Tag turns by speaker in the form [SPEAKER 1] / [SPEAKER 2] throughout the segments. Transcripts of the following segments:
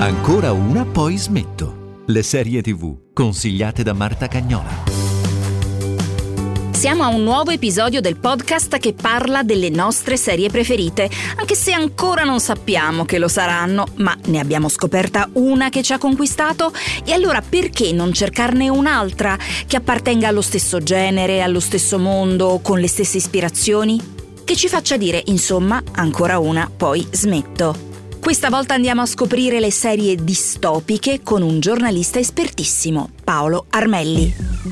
[SPEAKER 1] Ancora una, poi smetto. Le serie TV consigliate da Marta Cagnola.
[SPEAKER 2] Siamo a un nuovo episodio del podcast che parla delle nostre serie preferite, anche se ancora non sappiamo che lo saranno, ma ne abbiamo scoperta una che ci ha conquistato, e allora perché non cercarne un'altra che appartenga allo stesso genere, allo stesso mondo, con le stesse ispirazioni? Che ci faccia dire, insomma, ancora una, poi smetto. Questa volta andiamo a scoprire le serie distopiche con un giornalista espertissimo, Paolo Armelli.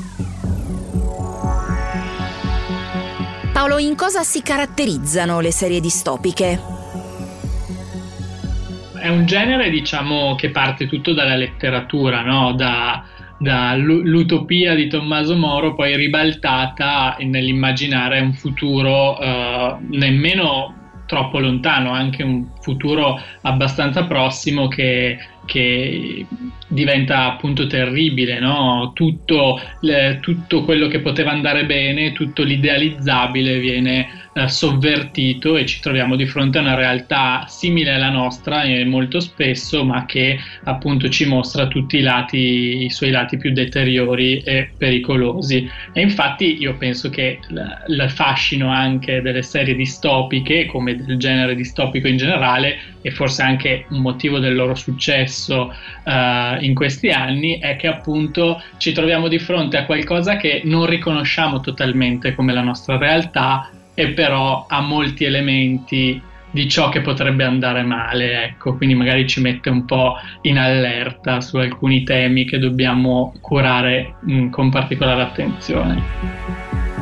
[SPEAKER 2] Paolo, in cosa si caratterizzano le serie distopiche?
[SPEAKER 3] È un genere, diciamo, che parte tutto dalla letteratura, no? L'utopia di Tommaso Moro, poi ribaltata nell'immaginare un futuro nemmeno troppo lontano, anche un futuro abbastanza prossimo che diventa appunto terribile, no? Tutto quello che poteva andare bene, tutto l'idealizzabile viene sovvertito, e ci troviamo di fronte a una realtà simile alla nostra molto spesso, ma che appunto ci mostra tutti i suoi lati più deteriori e pericolosi. E infatti io penso che il fascino anche delle serie distopiche, come del genere distopico in generale, e forse anche un motivo del loro successo in questi anni, è che appunto ci troviamo di fronte a qualcosa che non riconosciamo totalmente come la nostra realtà, e però ha molti elementi di ciò che potrebbe andare male, ecco, quindi magari ci mette un po' in allerta su alcuni temi che dobbiamo curare con particolare attenzione.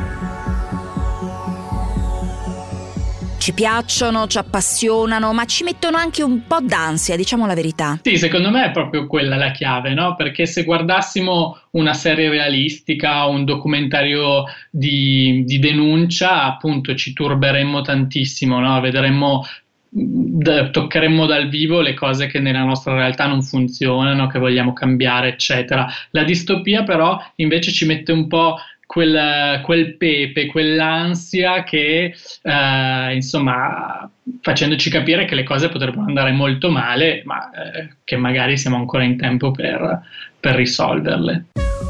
[SPEAKER 2] Ci piacciono, ci appassionano, ma ci mettono anche un po' d'ansia, diciamo la verità.
[SPEAKER 3] Sì, secondo me è proprio quella la chiave, no? Perché se guardassimo una serie realistica o un documentario di denuncia, appunto ci turberemmo tantissimo, no? Toccheremmo dal vivo le cose che nella nostra realtà non funzionano, che vogliamo cambiare, eccetera. La distopia però invece ci mette un po' quel pepe, quell'ansia che insomma, facendoci capire che le cose potrebbero andare molto male, ma che magari siamo ancora in tempo per risolverle.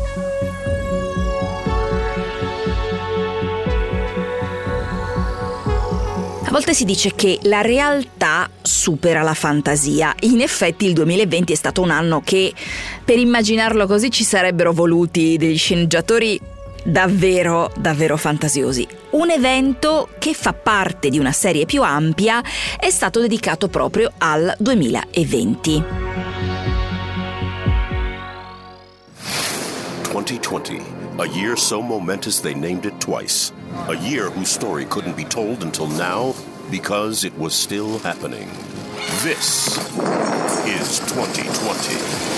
[SPEAKER 2] A volte si dice che la realtà supera la fantasia. In effetti il 2020 è stato un anno che, per immaginarlo così, ci sarebbero voluti degli sceneggiatori davvero, davvero fantasiosi. Un evento che fa parte di una serie più ampia è stato dedicato proprio al 2020.
[SPEAKER 4] 2020, a year so momentous they named it twice. A year whose story couldn't be told until now because it was still happening. This is 2020.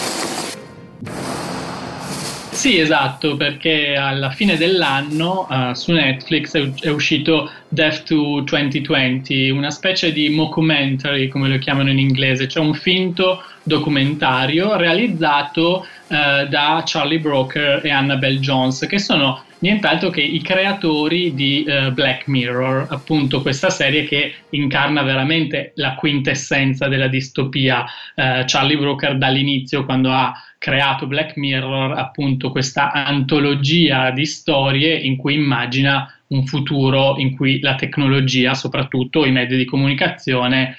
[SPEAKER 3] Sì, esatto, perché alla fine dell'anno su Netflix è uscito Death to 2020, una specie di mockumentary, come lo chiamano in inglese, cioè un finto documentario realizzato da Charlie Brooker e Annabelle Jones, che sono nient'altro che i creatori di Black Mirror, appunto questa serie che incarna veramente la quintessenza della distopia. Charlie Brooker dall'inizio, quando ha creato Black Mirror, appunto questa antologia di storie in cui immagina un futuro in cui la tecnologia, soprattutto i mezzi di comunicazione,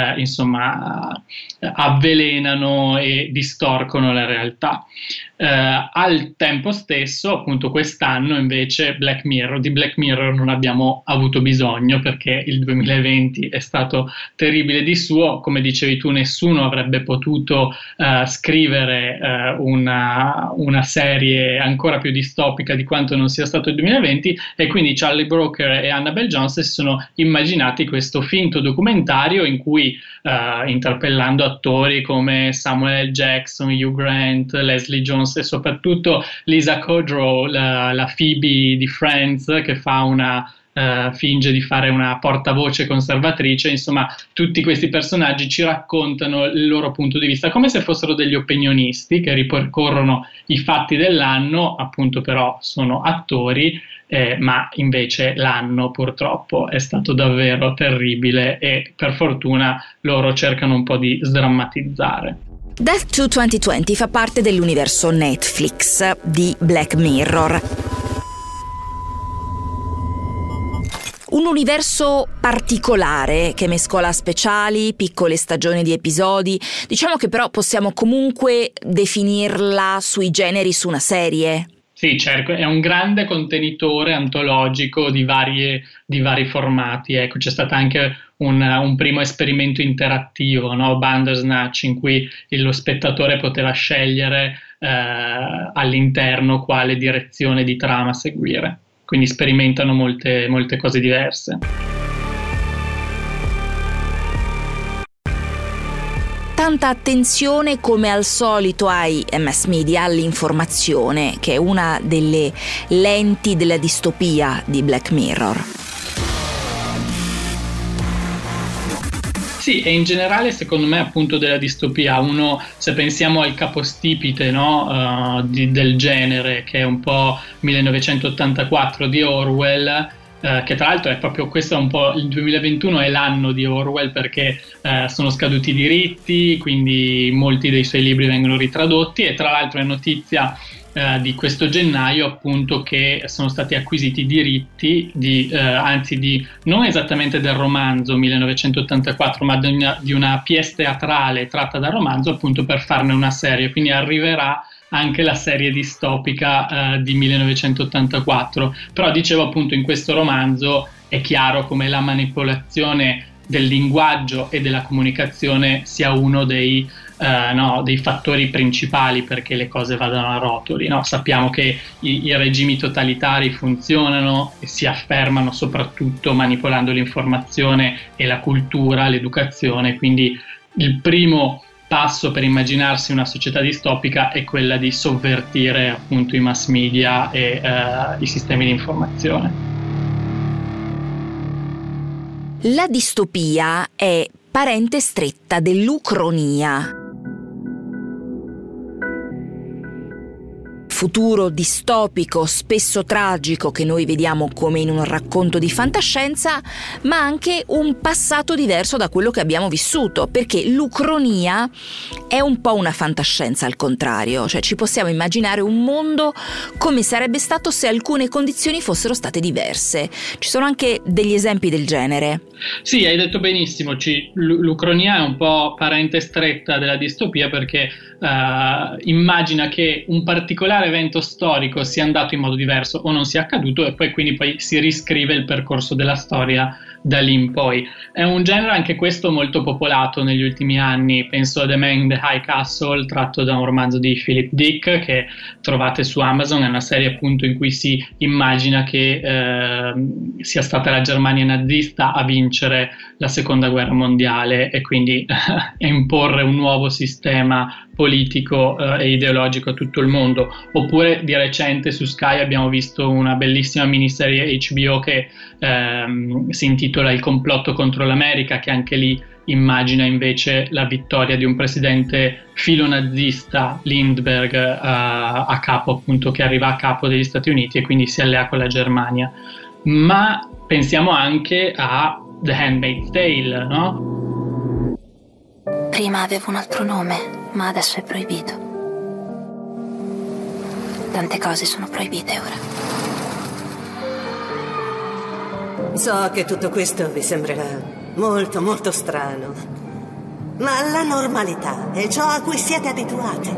[SPEAKER 3] avvelenano e distorcono la realtà. Al tempo stesso, appunto quest'anno invece di Black Mirror non abbiamo avuto bisogno, perché il 2020 è stato terribile di suo. Come dicevi tu, nessuno avrebbe potuto scrivere una serie ancora più distopica di quanto non sia stato il 2020, e quindi Charlie Brooker e Annabelle Jones si sono immaginati questo finto documentario in cui, interpellando attori come Samuel L. Jackson, Hugh Grant, Leslie Jones e soprattutto Lisa Kudrow, la Phoebe di Friends, che finge di fare una portavoce conservatrice. Insomma, tutti questi personaggi ci raccontano il loro punto di vista come se fossero degli opinionisti che ripercorrono i fatti dell'anno, appunto però sono attori, ma invece l'anno purtroppo è stato davvero terribile, e per fortuna loro cercano un po' di sdrammatizzare.
[SPEAKER 2] Death to 2020 fa parte dell'universo Netflix di Black Mirror. Un universo particolare che mescola speciali, piccole stagioni di episodi. Diciamo che però possiamo comunque definirla sui generi su una serie.
[SPEAKER 3] Sì, certo, è un grande contenitore antologico di vari formati. Ecco, c'è stato anche un primo esperimento interattivo, no? Bandersnatch, in cui lo spettatore poteva scegliere all'interno quale direzione di trama seguire. Quindi sperimentano molte cose diverse.
[SPEAKER 2] Tanta attenzione come al solito ai mass media, all'informazione, che è una delle lenti della distopia di Black Mirror.
[SPEAKER 3] Sì, e in generale secondo me appunto della distopia, se pensiamo al capostipite, no, del genere, che è un po' 1984 di Orwell, che tra l'altro è proprio questo, è un po' il 2021 è l'anno di Orwell, perché sono scaduti i diritti, quindi molti dei suoi libri vengono ritradotti, e tra l'altro è notizia di questo gennaio appunto che sono stati acquisiti i diritti non esattamente del romanzo 1984, ma di una pièce teatrale tratta dal romanzo, appunto per farne una serie, quindi arriverà anche la serie distopica di 1984. Però dicevo appunto, in questo romanzo è chiaro come la manipolazione del linguaggio e della comunicazione sia uno dei fattori principali perché le cose vadano a rotoli, no? Sappiamo che i regimi totalitari funzionano e si affermano soprattutto manipolando l'informazione e la cultura, l'educazione, quindi il primo passo per immaginarsi una società distopica è quella di sovvertire appunto i mass media e i sistemi di informazione.
[SPEAKER 2] La distopia è parente stretta dell'ucronia. Futuro distopico, spesso tragico, che noi vediamo come in un racconto di fantascienza, ma anche un passato diverso da quello che abbiamo vissuto, perché l'ucronia è un po' una fantascienza al contrario, cioè ci possiamo immaginare un mondo come sarebbe stato se alcune condizioni fossero state diverse. Ci sono anche degli esempi del genere.
[SPEAKER 3] Sì, hai detto benissimo, l'ucronia è un po' parente stretta della distopia, perché immagina che un particolare evento storico sia andato in modo diverso o non sia accaduto, e poi si riscrive il percorso della storia da lì in poi. È un genere anche questo molto popolato negli ultimi anni. Penso a The Man in the High Castle, tratto da un romanzo di Philip Dick che trovate su Amazon. È una serie appunto in cui si immagina che sia stata la Germania nazista a vincere la seconda guerra mondiale e quindi imporre un nuovo sistema politico e ideologico a tutto il mondo. Oppure di recente su Sky abbiamo visto una bellissima miniserie HBO che si intitola Il complotto contro l'America, che anche lì immagina invece la vittoria di un presidente filonazista, Lindbergh, a capo appunto, che arriva a capo degli Stati Uniti e quindi si allea con la Germania. Ma pensiamo anche a The Handmaid's Tale, no?
[SPEAKER 5] Prima avevo un altro nome, ma adesso è proibito. Tante cose sono proibite ora.
[SPEAKER 6] So che tutto questo vi sembrerà molto, molto strano, ma la normalità è ciò a cui siete abituati.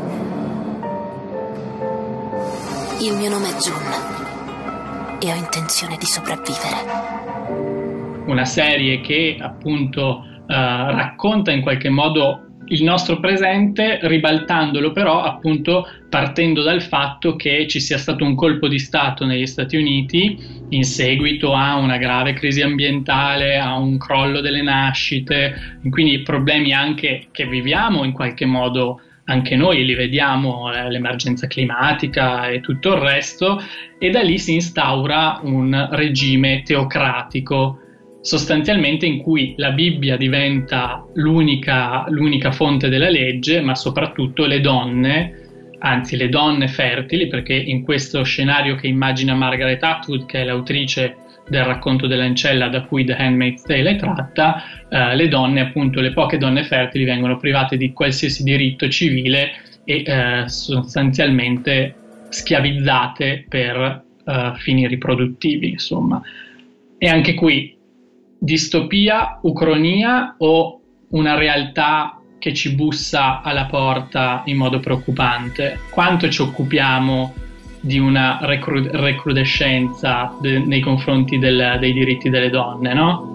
[SPEAKER 5] Il mio nome è June e ho intenzione di sopravvivere.
[SPEAKER 3] Una serie che appunto racconta in qualche modo il nostro presente, ribaltandolo però appunto partendo dal fatto che ci sia stato un colpo di stato negli Stati Uniti in seguito a una grave crisi ambientale, a un crollo delle nascite, quindi problemi anche che viviamo in qualche modo anche noi, li vediamo, l'emergenza climatica e tutto il resto, e da lì si instaura un regime teocratico sostanzialmente in cui la Bibbia diventa l'unica fonte della legge, ma soprattutto le donne, anzi le donne fertili, perché in questo scenario che immagina Margaret Atwood, che è l'autrice del racconto dell'ancella da cui The Handmaid's Tale è tratta, le donne, appunto le poche donne fertili, vengono private di qualsiasi diritto civile e sostanzialmente schiavizzate per fini riproduttivi, insomma. E anche qui distopia, ucronia o una realtà che ci bussa alla porta in modo preoccupante? Quanto ci occupiamo di una recrudescenza nei confronti dei diritti delle donne, no?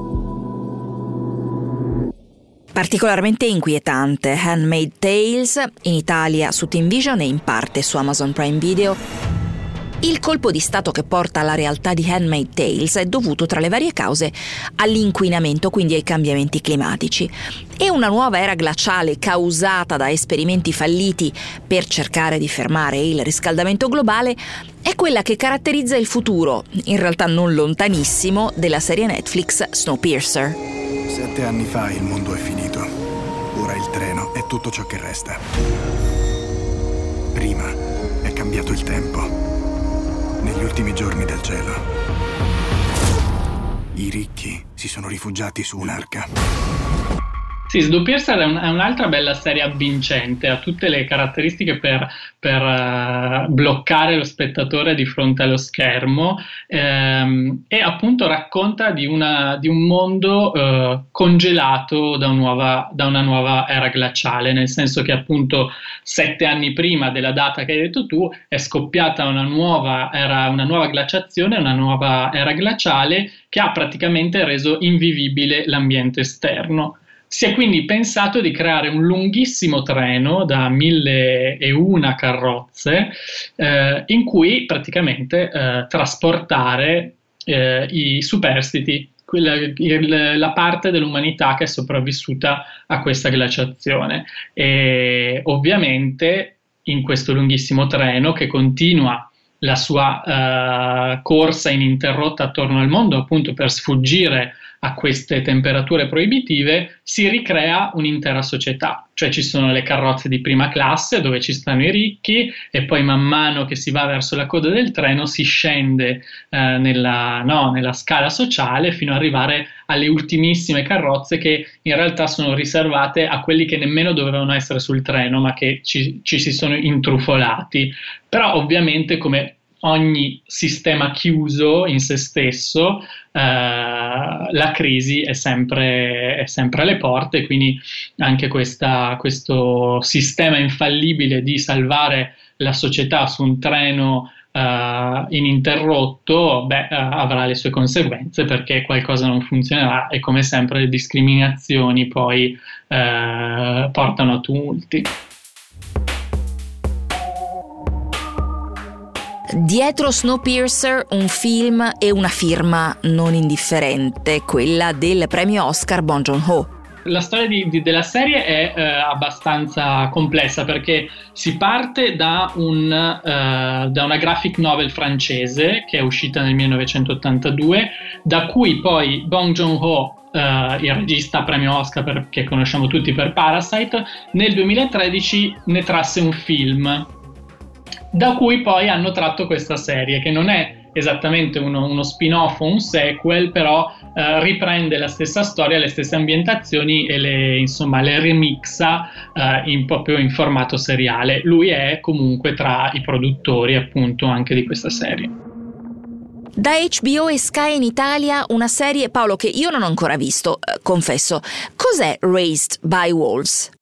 [SPEAKER 2] Particolarmente inquietante Handmaid's Tale, in Italia su Team Vision e in parte su Amazon Prime Video. Il colpo di stato che porta alla realtà di Handmaid's Tale è dovuto, tra le varie cause, all'inquinamento, quindi ai cambiamenti climatici. E una nuova era glaciale causata da esperimenti falliti per cercare di fermare il riscaldamento globale è quella che caratterizza il futuro, in realtà non lontanissimo, della serie Netflix Snowpiercer.
[SPEAKER 7] 7 anni fa il mondo è finito. Ora il treno è tutto ciò che resta. Prima è cambiato il tempo. Negli ultimi giorni del gelo, i ricchi si sono rifugiati su un'arca.
[SPEAKER 3] Sì, Snowpiercer è un'altra bella serie avvincente, ha tutte le caratteristiche per bloccare lo spettatore di fronte allo schermo, e appunto racconta di un mondo congelato da una nuova era glaciale, nel senso che appunto 7 anni prima della data che hai detto tu è scoppiata una nuova glaciazione, una nuova era glaciale che ha praticamente reso invivibile l'ambiente esterno. Si è quindi pensato di creare un lunghissimo treno da 1001 carrozze in cui praticamente trasportare i superstiti, la parte dell'umanità che è sopravvissuta a questa glaciazione. E ovviamente in questo lunghissimo treno che continua la sua corsa ininterrotta attorno al mondo, appunto per sfuggire a queste temperature proibitive, si ricrea un'intera società, cioè ci sono le carrozze di prima classe dove ci stanno i ricchi e poi man mano che si va verso la coda del treno si scende nella scala sociale fino ad arrivare alle ultimissime carrozze che in realtà sono riservate a quelli che nemmeno dovevano essere sul treno ma che ci si sono intrufolati. Però ovviamente, come ogni sistema chiuso in se stesso, la crisi è sempre alle porte, quindi anche questo sistema infallibile di salvare la società su un treno ininterrotto avrà le sue conseguenze, perché qualcosa non funzionerà e come sempre le discriminazioni poi portano a tumulti.
[SPEAKER 2] Dietro Snowpiercer un film e una firma non indifferente, quella del premio Oscar Bong Joon-ho.
[SPEAKER 3] La storia della serie è abbastanza complessa perché si parte da una graphic novel francese che è uscita nel 1982, da cui poi Bong Joon-ho, il regista premio Oscar che conosciamo tutti per Parasite, nel 2013 ne trasse un film, da cui poi hanno tratto questa serie, che non è esattamente uno spin-off o un sequel, però riprende la stessa storia, le stesse ambientazioni e le remixa proprio in formato seriale. Lui è comunque tra i produttori appunto anche di questa serie.
[SPEAKER 2] Da HBO e Sky in Italia una serie, Paolo, che io non ho ancora visto, confesso. Cos'è Raised by Wolves?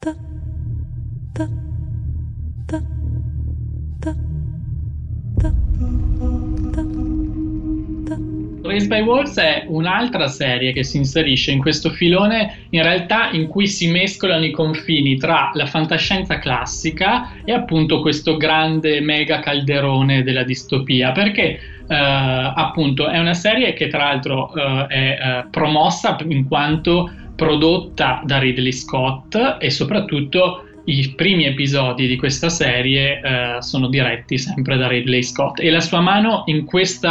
[SPEAKER 3] Raised by Wolves è un'altra serie che si inserisce in questo filone, in realtà in cui si mescolano i confini tra la fantascienza classica e appunto questo grande mega calderone della distopia, perché appunto è una serie che tra l'altro è promossa in quanto prodotta da Ridley Scott, e soprattutto i primi episodi di questa serie sono diretti sempre da Ridley Scott, e la sua mano in questa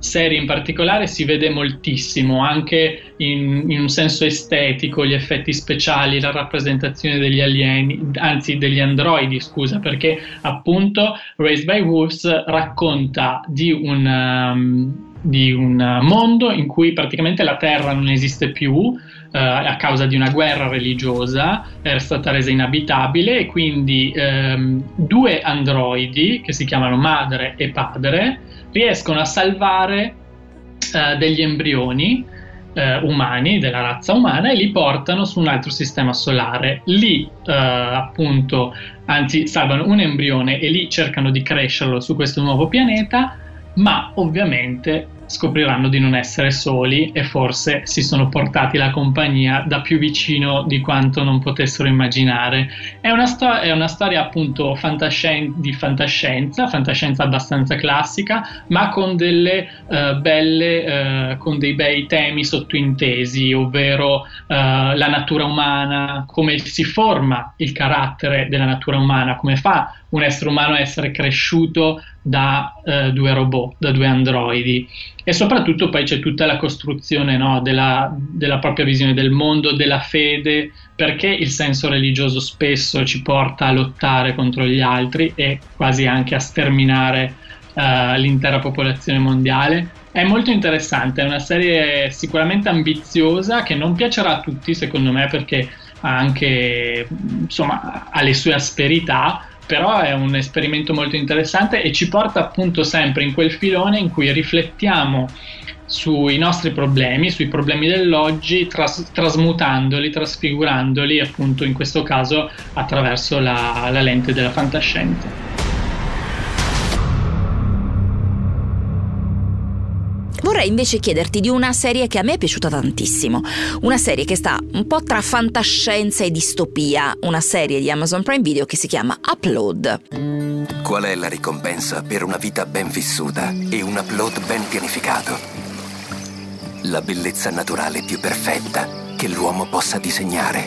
[SPEAKER 3] serie in particolare si vede moltissimo, anche in un senso estetico, gli effetti speciali, la rappresentazione degli alieni, anzi degli androidi, scusa, perché appunto Raised by Wolves racconta di un mondo in cui praticamente la Terra non esiste più a causa di una guerra religiosa, è stata resa inabitabile, e quindi 2 androidi che si chiamano madre e padre riescono a salvare degli embrioni umani, della razza umana, e li portano su un altro sistema solare. Lì appunto, anzi salvano un embrione e lì cercano di crescerlo su questo nuovo pianeta, ma ovviamente scopriranno di non essere soli e forse si sono portati la compagnia da più vicino di quanto non potessero immaginare. È una storia appunto di fantascienza abbastanza classica, ma con delle con dei bei temi sottointesi, ovvero la natura umana, come si forma il carattere della natura umana, come fa un essere umano a essere cresciuto da 2 robot, da 2 androidi. E soprattutto poi c'è tutta la costruzione, no, della propria visione del mondo, della fede, perché il senso religioso spesso ci porta a lottare contro gli altri e quasi anche a sterminare l'intera popolazione mondiale. È molto interessante, è una serie sicuramente ambiziosa che non piacerà a tutti secondo me, perché anche insomma ha le sue asperità, però è un esperimento molto interessante e ci porta appunto sempre in quel filone in cui riflettiamo sui nostri problemi, sui problemi dell'oggi, trasmutandoli, trasfigurandoli appunto in questo caso attraverso la lente della fantascienza.
[SPEAKER 2] Vorrei invece chiederti di una serie che a me è piaciuta tantissimo, una serie che sta un po' tra fantascienza e distopia, una serie di Amazon Prime Video che si chiama Upload.
[SPEAKER 8] Qual è la ricompensa per una vita ben vissuta e un upload ben pianificato? La bellezza naturale più perfetta che l'uomo possa disegnare.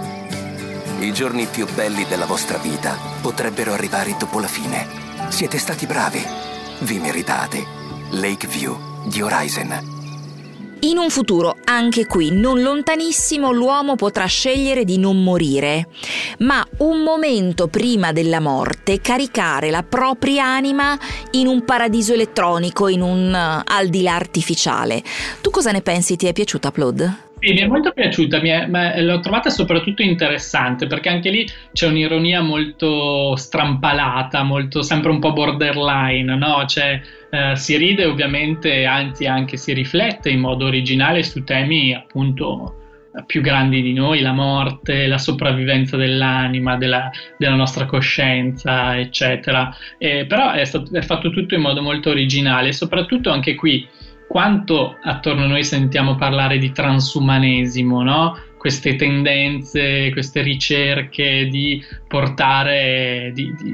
[SPEAKER 8] I giorni più belli della vostra vita potrebbero arrivare dopo la fine. Siete stati bravi, vi meritate Lakeview di Horizon.
[SPEAKER 2] In un futuro, anche qui, non lontanissimo, l'uomo potrà scegliere di non morire, ma un momento prima della morte caricare la propria anima in un paradiso elettronico, in un aldilà artificiale. Tu cosa ne pensi? Ti è piaciuta Upload?
[SPEAKER 3] Sì, mi è molto piaciuta, l'ho trovata soprattutto interessante, perché anche lì c'è un'ironia molto strampalata, molto sempre un po' borderline, no? Si ride ovviamente, anzi anche si riflette in modo originale su temi appunto più grandi di noi, la morte, la sopravvivenza dell'anima, della nostra coscienza, eccetera. Però è fatto tutto in modo molto originale, e soprattutto anche qui quanto attorno a noi sentiamo parlare di transumanesimo, no? Queste tendenze, queste ricerche di portare,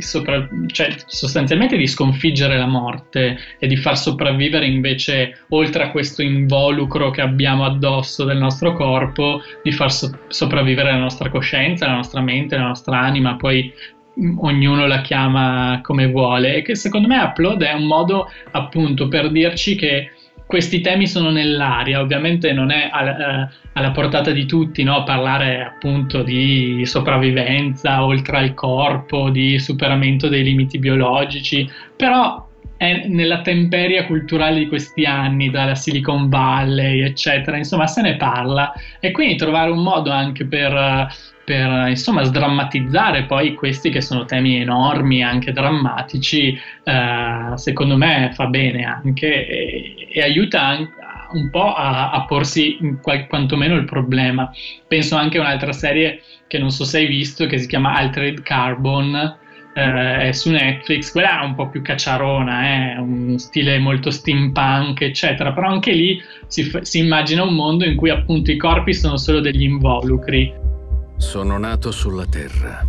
[SPEAKER 3] cioè sostanzialmente di sconfiggere la morte e di far sopravvivere invece, oltre a questo involucro che abbiamo addosso del nostro corpo, di far sopravvivere la nostra coscienza, la nostra mente, la nostra anima, poi ognuno la chiama come vuole, e che secondo me Upload è un modo appunto per dirci che questi temi sono nell'aria. Ovviamente non è alla portata di tutti, no? Parlare appunto di sopravvivenza oltre al corpo, di superamento dei limiti biologici, però è nella temperia culturale di questi anni, dalla Silicon Valley eccetera, insomma se ne parla, e quindi trovare un modo anche per insomma sdrammatizzare poi questi che sono temi enormi, anche drammatici, secondo me fa bene anche e aiuta anche un po' a porsi quantomeno il problema. Penso anche a un'altra serie che non so se hai visto, che si chiama Altered Carbon, è su Netflix. Quella è un po' più cacciarona, un stile molto steampunk eccetera, però anche lì si immagina un mondo in cui appunto i corpi sono solo degli involucri.
[SPEAKER 9] Sono nato sulla Terra.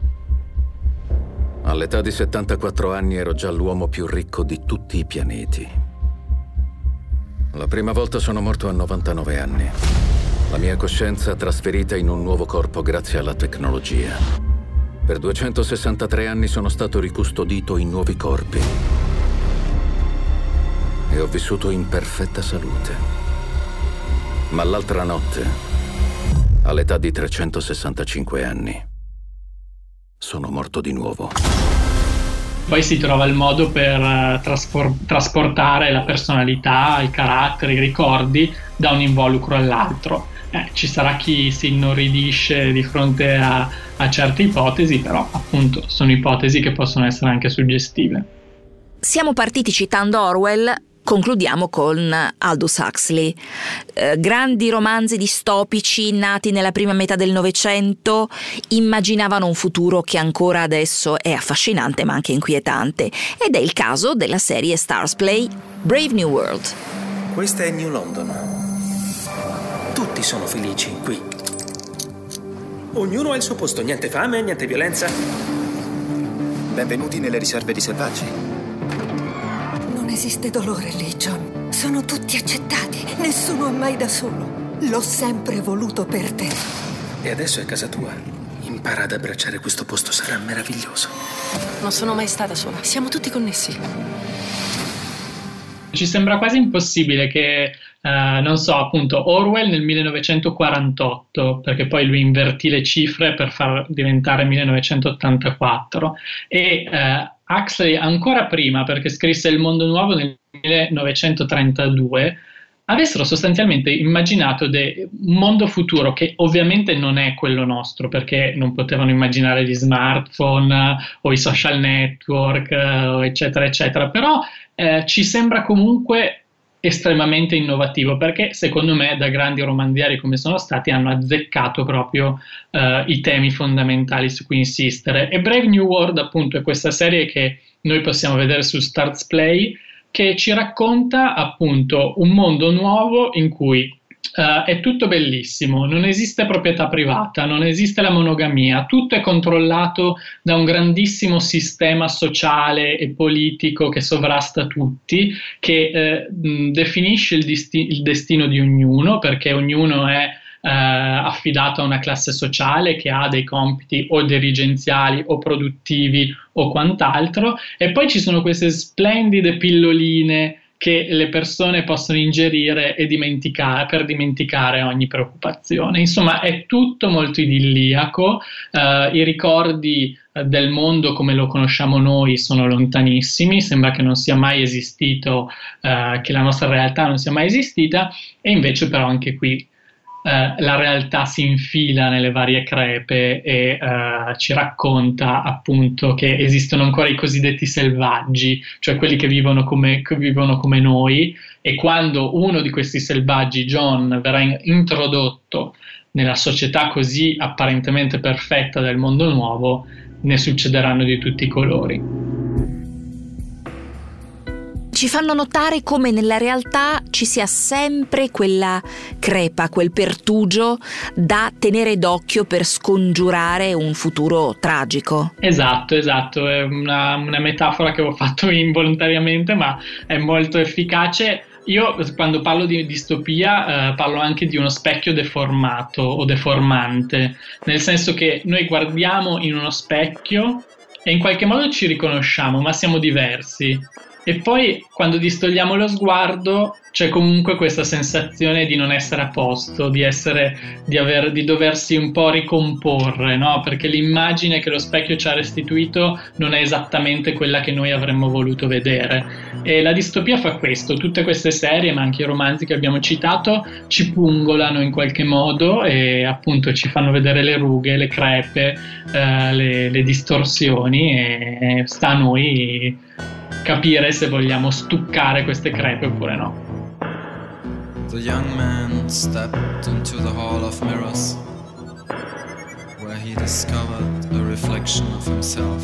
[SPEAKER 9] All'età di 74 anni ero già l'uomo più ricco di tutti i pianeti. La prima volta sono morto a 99 anni. La mia coscienza trasferita in un nuovo corpo grazie alla tecnologia. Per 263 anni sono stato ricustodito in nuovi corpi. e ho vissuto in perfetta salute. Ma l'altra notte, all'età di 365 anni, sono morto di nuovo.
[SPEAKER 3] Poi si trova il modo per trasportare la personalità, il carattere, i ricordi da un involucro all'altro. Ci sarà chi si inorridisce di fronte a certe ipotesi, però appunto sono ipotesi che possono essere anche suggestive.
[SPEAKER 2] Siamo partiti citando Orwell, concludiamo con Aldous Huxley. Grandi romanzi distopici nati nella prima metà del Novecento immaginavano un futuro che ancora adesso è affascinante ma anche inquietante, ed è il caso della serie Starsplay Brave New World.
[SPEAKER 10] Questa è New London. Tutti sono felici qui. Ognuno ha il suo posto, niente fame, niente violenza.
[SPEAKER 11] Benvenuti nelle riserve di selvaggi.
[SPEAKER 12] Non esiste dolore lì, John. Sono tutti accettati. Nessuno è mai da solo. L'ho sempre voluto per te.
[SPEAKER 10] E adesso è casa tua. Impara ad abbracciare questo posto, sarà meraviglioso.
[SPEAKER 5] Non sono mai stata sola. Siamo tutti connessi.
[SPEAKER 3] Ci sembra quasi impossibile che, non so, appunto Orwell nel 1948, perché poi lui invertì le cifre per far diventare 1984, e Huxley ancora prima, perché scrisse Il mondo nuovo nel 1932, avessero sostanzialmente immaginato un mondo futuro che ovviamente non è quello nostro, perché non potevano immaginare gli smartphone o i social network, eccetera, eccetera, però ci sembra comunque estremamente innovativo, perché secondo me da grandi romanzieri come sono stati hanno azzeccato proprio i temi fondamentali su cui insistere. E Brave New World appunto è questa serie che noi possiamo vedere su Starsplay, che ci racconta appunto un mondo nuovo in cui è tutto bellissimo, non esiste proprietà privata, non esiste la monogamia, tutto è controllato da un grandissimo sistema sociale e politico che sovrasta tutti, che definisce il destino di ognuno, perché ognuno è affidato a una classe sociale che ha dei compiti o dirigenziali o produttivi o quant'altro, e poi ci sono queste splendide pilloline che le persone possono ingerire e per dimenticare ogni preoccupazione. Insomma, è tutto molto idilliaco, i ricordi del mondo come lo conosciamo noi sono lontanissimi, sembra che non sia mai esistito, che la nostra realtà non sia mai esistita, e invece però anche qui la realtà si infila nelle varie crepe e ci racconta appunto che esistono ancora i cosiddetti selvaggi, cioè quelli che vivono come noi, e quando uno di questi selvaggi, John, verrà introdotto nella società così apparentemente perfetta del mondo nuovo, ne succederanno di tutti i colori.
[SPEAKER 2] Ci fanno notare come nella realtà ci sia sempre quella crepa, quel pertugio da tenere d'occhio per scongiurare un futuro tragico.
[SPEAKER 3] Esatto, è una metafora che ho fatto involontariamente, ma è molto efficace. Io quando parlo di distopia parlo anche di uno specchio deformato o deformante, nel senso che noi guardiamo in uno specchio e in qualche modo ci riconosciamo, ma siamo diversi. E poi quando distogliamo lo sguardo c'è comunque questa sensazione di non essere a posto, di doversi un po' ricomporre, no? Perché l'immagine che lo specchio ci ha restituito non è esattamente quella che noi avremmo voluto vedere. E la distopia fa questo, tutte queste serie, ma anche i romanzi che abbiamo citato, ci pungolano in qualche modo e appunto ci fanno vedere le rughe, le crepe, le distorsioni, e sta a noi capire se vogliamo stuccare queste crepe oppure no.
[SPEAKER 13] The young man stepped into the hall of mirrors, where he discovered a reflection of himself.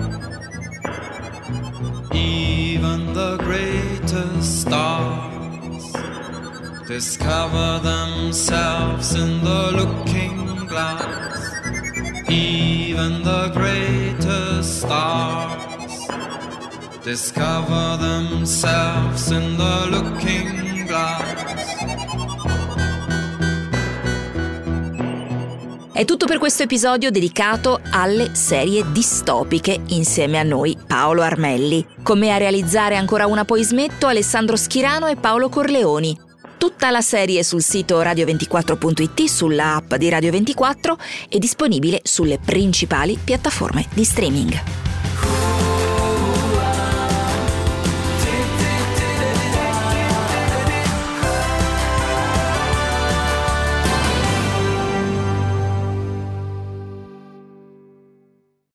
[SPEAKER 13] Even the greatest stars discover themselves in the looking glass. Even the greatest stars discover themselves in the looking glass.
[SPEAKER 2] È tutto per questo episodio dedicato alle serie distopiche insieme a noi, Paolo Armelli. Con me a realizzare ancora una Poi smetto Alessandro Schirano e Paolo Corleoni. Tutta la serie sul sito radio24.it, sulla app di Radio 24 e disponibile sulle principali piattaforme di streaming.